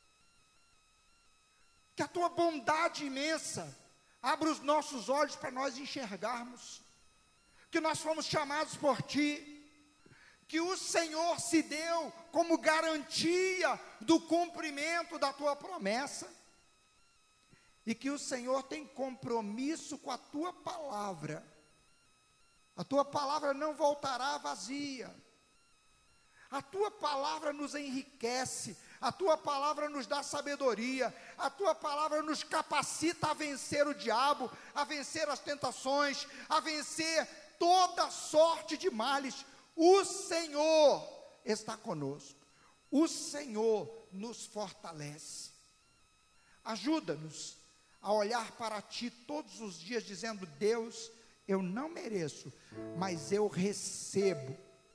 que a tua bondade imensa abra os nossos olhos para nós enxergarmos que nós fomos chamados por ti, que o Senhor se deu como garantia do cumprimento da tua promessa, e que o Senhor tem compromisso com a tua palavra. A tua palavra não voltará vazia. A tua palavra nos enriquece, a tua palavra nos dá sabedoria, a tua palavra nos capacita a vencer o diabo, a vencer as tentações, a vencer toda sorte de males. O Senhor está conosco, o Senhor nos fortalece. Ajuda-nos a olhar para Ti todos os dias, dizendo: Deus, eu não mereço, mas eu recebo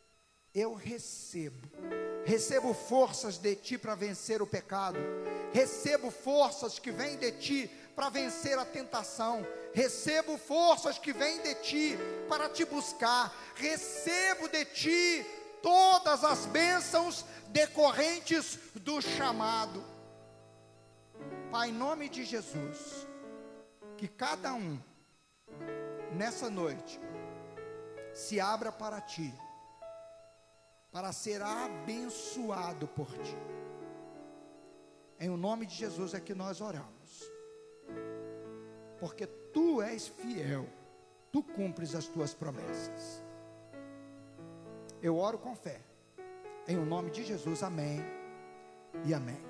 forças de Ti para vencer o pecado, recebo forças que vêm de Ti para vencer a tentação, recebo forças que vêm de Ti para Te buscar, recebo de Ti todas as bênçãos decorrentes do chamado. Pai, em nome de Jesus, que cada um nessa noite se abra para Ti, para ser abençoado por Ti. Em o nome de Jesus é que nós oramos, porque Tu és fiel, Tu cumpres as Tuas promessas. Eu oro com fé, em o nome de Jesus, amém e amém.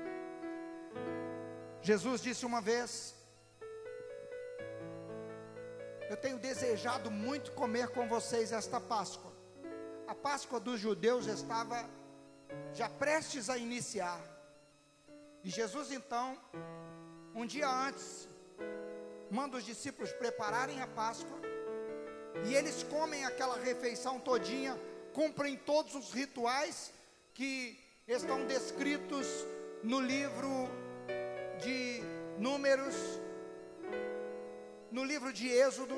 Jesus disse uma vez: eu tenho desejado muito comer com vocês esta Páscoa. A Páscoa dos judeus estava já prestes a iniciar, e Jesus então, um dia antes, manda os discípulos prepararem a Páscoa, e eles comem aquela refeição todinha, cumprem todos os rituais que estão descritos no livro de Números, no livro de Êxodo,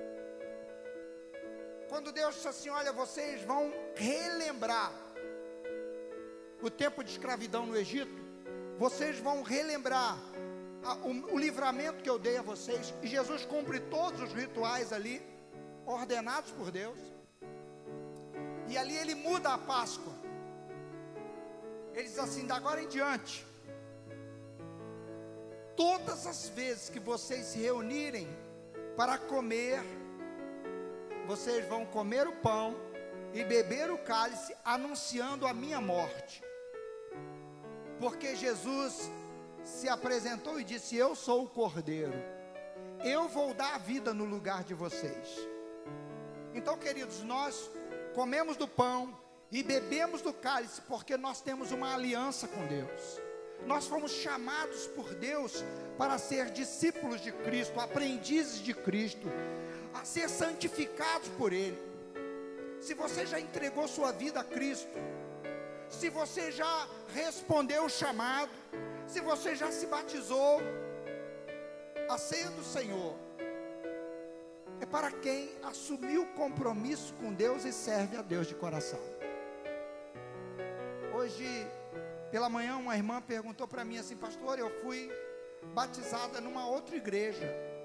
quando Deus disse assim: olha, vocês vão relembrar o tempo de escravidão no Egito, vocês vão relembrar o livramento que eu dei a vocês, e Jesus cumpre todos os rituais ali, ordenados por Deus, e ali ele muda a Páscoa. Ele diz assim: da agora em diante, todas as vezes que vocês se reunirem para comer, vocês vão comer o pão e beber o cálice, anunciando a minha morte. Porque Jesus se apresentou e disse: eu sou o Cordeiro, eu vou dar a vida no lugar de vocês. Então, queridos, nós comemos do pão e bebemos do cálice porque nós temos uma aliança com Deus. Nós fomos chamados por Deus para ser discípulos de Cristo, aprendizes de Cristo, a ser santificados por Ele. Se você já entregou sua vida a Cristo, se você já respondeu o chamado, se você já se batizou, a ceia do Senhor é para quem assumiu compromisso com Deus e serve a Deus de coração. Hoje pela manhã uma irmã perguntou para mim assim: pastor, eu fui batizada numa outra igreja,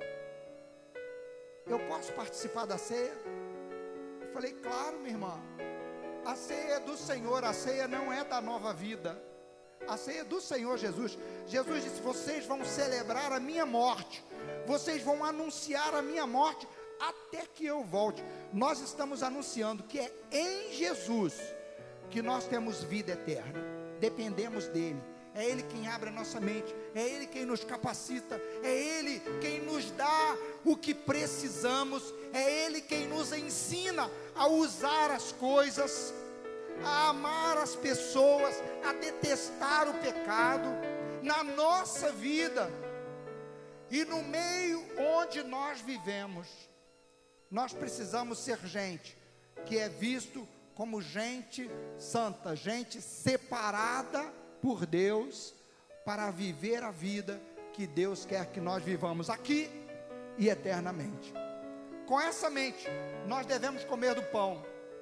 eu posso participar da ceia? Eu falei: claro, minha irmã, a ceia é do Senhor, a ceia não é da Nova Vida, a ceia é do Senhor Jesus. Jesus disse: vocês vão celebrar a minha morte, vocês vão anunciar a minha morte até que eu volte. Nós estamos anunciando que é em Jesus que nós temos vida eterna, dependemos dele, é ele quem abre a nossa mente, é ele quem nos capacita, é ele quem nos dá o que precisamos, é ele quem nos ensina a usar as coisas, a amar as pessoas, a detestar o pecado na nossa vida. E no meio onde nós vivemos, nós precisamos ser gente que é visto como gente santa, gente separada por Deus, para viver a vida que Deus quer que nós vivamos aqui e eternamente. Com essa mente, nós devemos comer do pão.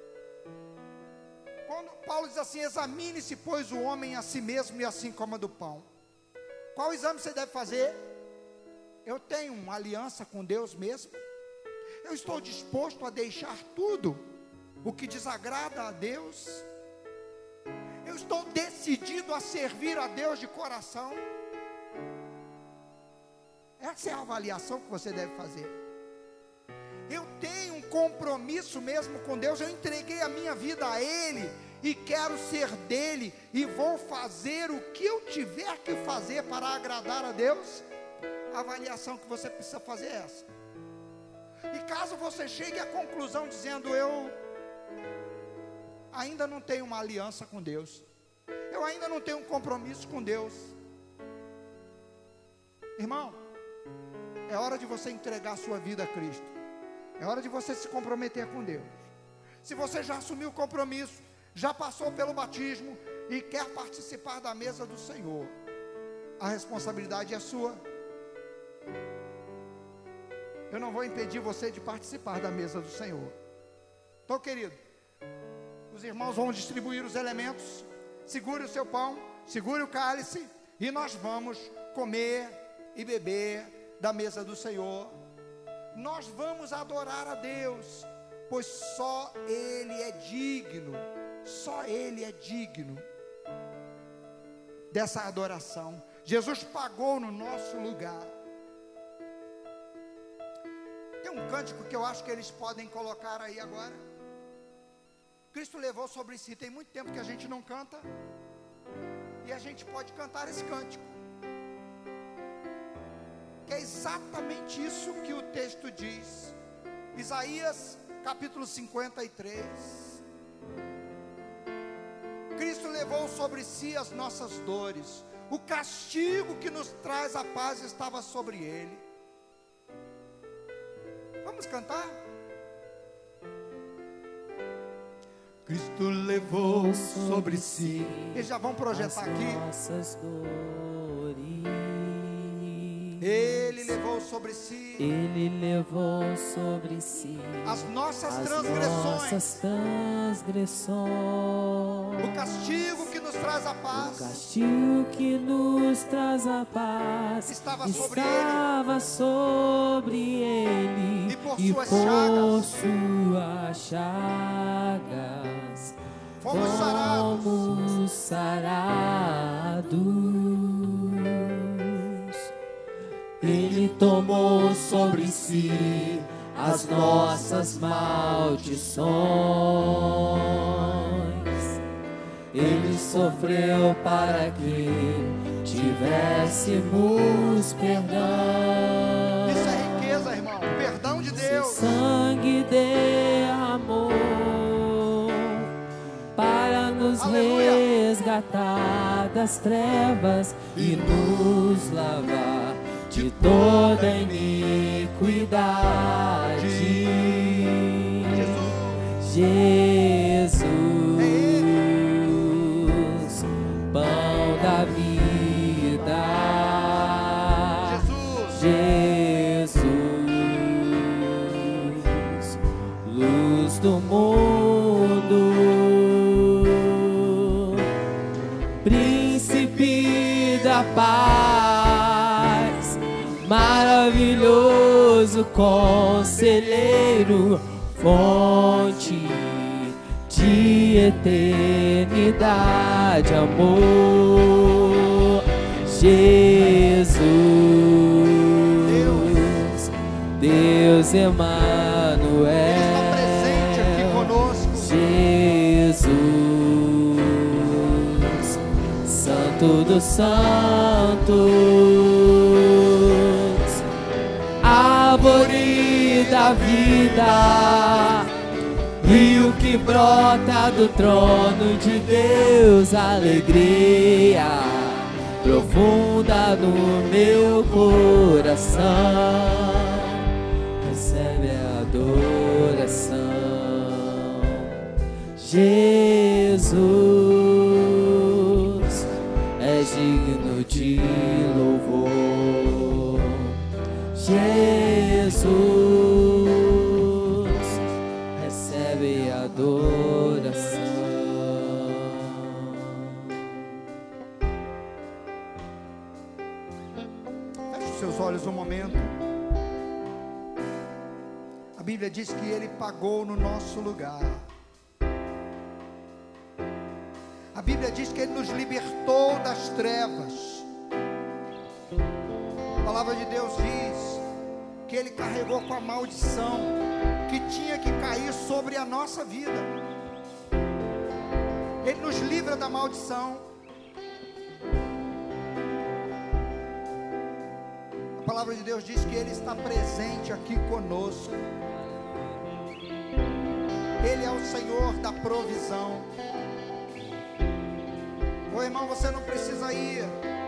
Quando Paulo diz assim: examine-se, pois, o homem a si mesmo, e assim coma do pão. Qual exame você deve fazer? Eu tenho uma aliança com Deus mesmo? Eu estou disposto a deixar tudo o que desagrada a Deus? Eu estou decidido a servir a Deus de coração? Essa é a avaliação que você deve fazer. Eu tenho um compromisso mesmo com Deus, eu entreguei a minha vida a Ele, e quero ser dele, e vou fazer o que eu tiver que fazer para agradar a Deus? A avaliação que você precisa fazer é essa. E caso você chegue à conclusão dizendo: eu ainda não tenho uma aliança com Deus, eu ainda não tenho um compromisso com Deus, irmão, é hora de você entregar a sua vida a Cristo. É hora de você se comprometer com Deus. Se você já assumiu o compromisso, já passou pelo batismo e quer participar da mesa do Senhor, a responsabilidade é sua. Eu não vou impedir você de participar da mesa do Senhor. Então, querido, os irmãos vão distribuir os elementos. Segure o seu pão, segure o cálice, e nós vamos comer e beber da mesa do Senhor. Nós vamos adorar a Deus, pois só Ele é digno, só Ele é digno dessa adoração. Jesus pagou no nosso lugar. Tem um cântico que eu acho que eles podem colocar aí agora. Cristo levou sobre si. Tem muito tempo que a gente não canta, e a gente pode cantar esse cântico, que é exatamente isso que o texto diz. Isaías capítulo 53. Cristo levou sobre si as nossas dores, o castigo que nos traz a paz estava sobre Ele. Vamos cantar? Cristo levou sobre si. Eles já vão projetar aqui. Nossas dores. Ele levou sobre si. Ele levou sobre si as nossas as transgressões. Nossas transgressões. O castigo que nos traz a paz. O castigo que nos traz a paz estava sobre ele. E por suas chagas fomos sarados. Ele tomou sobre si as nossas maldições. Ele sofreu para que tivéssemos perdão. Isso é riqueza, irmão. O perdão de Deus. Seu sangue derramou para nos resgatar das trevas e nos lavar de toda iniquidade. Jesus, pão da vida. Jesus, luz do mundo, príncipe da paz, maravilhoso conselheiro, fonte de eternidade, amor. Jesus, Deus Emanuel, está presente aqui conosco. Jesus, Santo dos Santos, árvore da vida, rio que brota do trono de Deus, alegria profunda no meu coração, recebe a adoração. Jesus é digno de louvor. Jesus recebe a adoração. Feche os seus olhos um momento. A Bíblia diz que Ele pagou no nosso lugar. A Bíblia diz que Ele nos libertou das trevas. A palavra de Deus diz que Ele carregou com a maldição que tinha que cair sobre a nossa vida. Ele nos livra da maldição. A palavra de Deus diz que Ele está presente aqui conosco. Ele é o Senhor da provisão. Ô irmão, você não precisa ir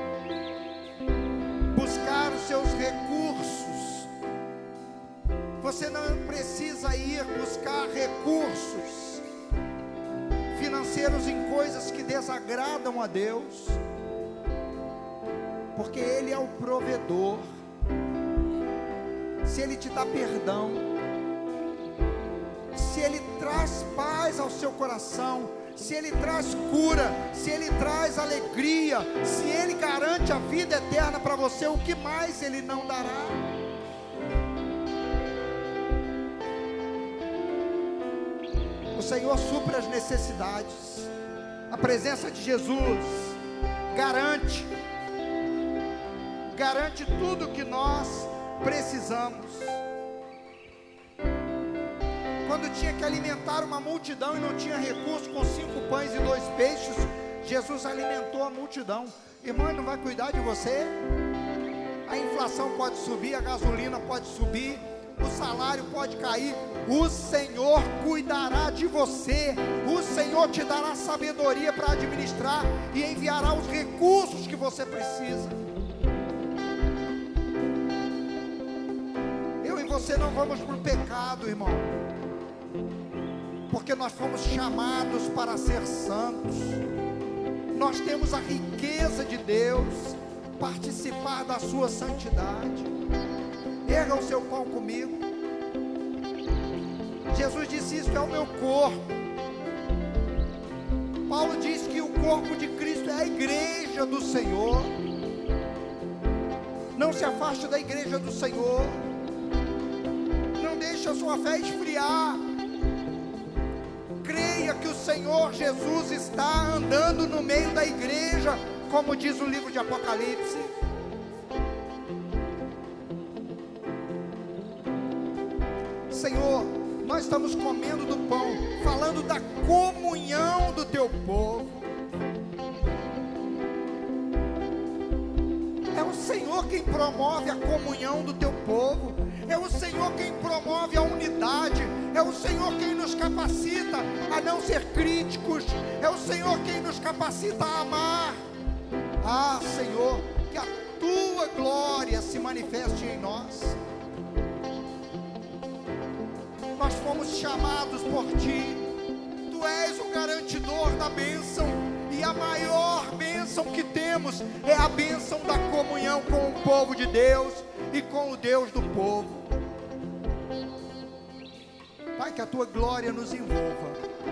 buscar os seus recursos. Você não precisa ir buscar recursos financeiros em coisas que desagradam a Deus, porque Ele é o provedor. Se Ele te dá perdão, se Ele traz paz ao seu coração, se Ele traz cura, se Ele traz alegria, se Ele garante a vida eterna para você, o que mais Ele não dará? O Senhor supre as necessidades. A presença de Jesus garante tudo que nós precisamos. Quando tinha que alimentar uma multidão e não tinha recurso, com 5 pães e 2 peixes, Jesus alimentou a multidão. Irmão, Ele não vai cuidar de você? A inflação pode subir, a gasolina pode subir, o salário pode cair. O Senhor cuidará de você. O Senhor te dará sabedoria para administrar e enviará os recursos que você precisa. Eu e você não vamos para o pecado, irmão, porque nós fomos chamados para ser santos. Nós temos a riqueza de Deus, participar da sua santidade. Erga o seu pão comigo. Jesus disse: isso é o meu corpo. Paulo diz que o corpo de Cristo é a igreja do Senhor. Não se afaste da igreja do Senhor. Não deixe a sua fé esfriar. Creia que o Senhor Jesus está andando no meio da igreja, como diz o livro de Apocalipse. Senhor, nós estamos comendo do pão, falando da comunhão do teu povo. É o Senhor quem promove a comunhão do teu povo. É o Senhor quem promove a unidade. É o Senhor quem nos capacita a não ser críticos. É o Senhor quem nos capacita a amar. Ah, Senhor, que a tua glória se manifeste em nós. Nós fomos chamados por ti. Tu és o garantidor da bênção. E a maior bênção que temos é a bênção da comunhão com o povo de Deus e com o Deus do povo. Pai, que a tua glória nos envolva.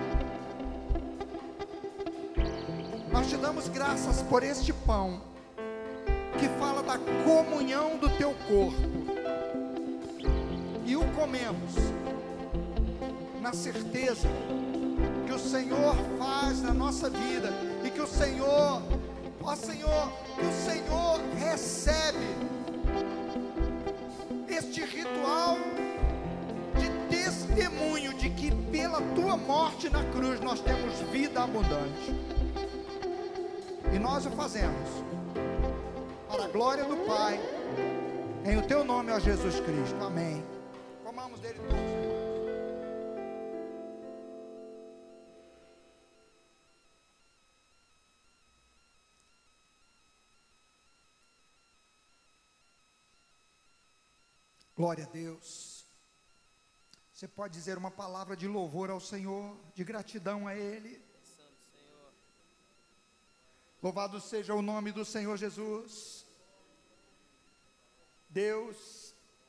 Nós te damos graças por este pão, que fala da comunhão do teu corpo, e o comemos na certeza que o Senhor faz na nossa vida, e que o Senhor, ó Senhor, que o Senhor recebe este ritual de testemunho de que pela tua morte na cruz nós temos vida abundante. E nós o fazemos para a glória do Pai, em o teu nome, ó Jesus Cristo. Amém. Comamos dele todos. Glória a Deus. Você pode dizer uma palavra de louvor ao Senhor, de gratidão a Ele. Louvado seja o nome do Senhor Jesus. Deus,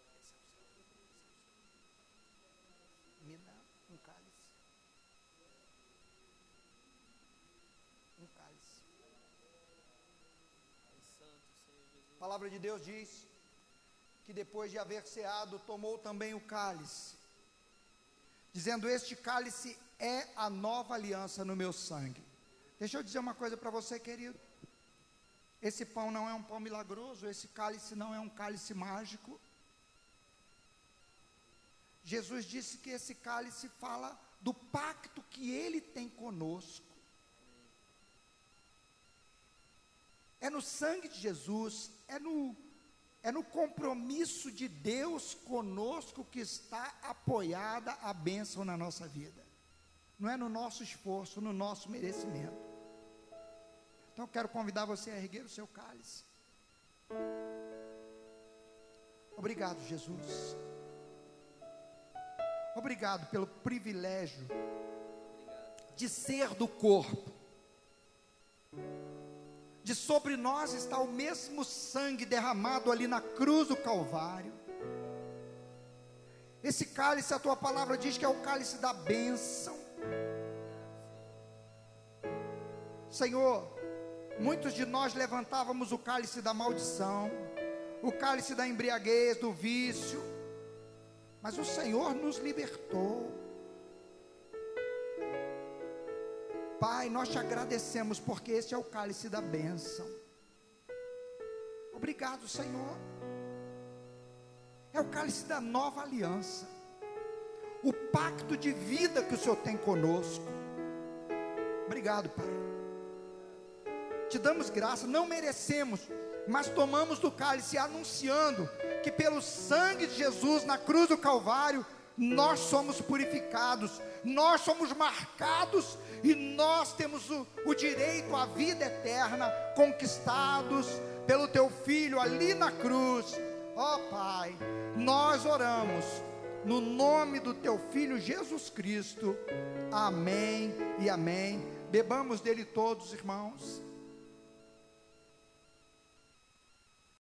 me dá um cálice. Um cálice. A palavra de Deus diz que depois de haver ceado, tomou também o cálice, dizendo: este cálice é a nova aliança no meu sangue. Deixa eu dizer uma coisa para você, querido. Esse pão não é um pão milagroso, esse cálice não é um cálice mágico. Jesus disse que esse cálice fala do pacto que Ele tem conosco. É no sangue de Jesus, é no compromisso de Deus conosco que está apoiada a bênção na nossa vida. Não é no nosso esforço, no nosso merecimento. Então eu quero convidar você a erguer o seu cálice. Obrigado, Jesus. Obrigado pelo privilégio de ser do corpo. De sobre nós está o mesmo sangue derramado ali na cruz do Calvário. Esse cálice, a tua palavra diz que é o cálice da bênção. Senhor, muitos de nós levantávamos o cálice da maldição, o cálice da embriaguez, do vício, mas o Senhor nos libertou. Pai, nós te agradecemos porque esse é o cálice da bênção. Obrigado, Senhor. É o cálice da nova aliança, o pacto de vida que o Senhor tem conosco. Obrigado, Pai. Te damos graça, não merecemos, mas tomamos do cálice anunciando que pelo sangue de Jesus na cruz do Calvário, nós somos purificados, nós somos marcados e nós temos o direito à vida eterna, conquistados pelo Teu Filho ali na cruz. Ó Pai, nós oramos no nome do Teu Filho Jesus Cristo, amém e amém. Bebamos dele todos, irmãos.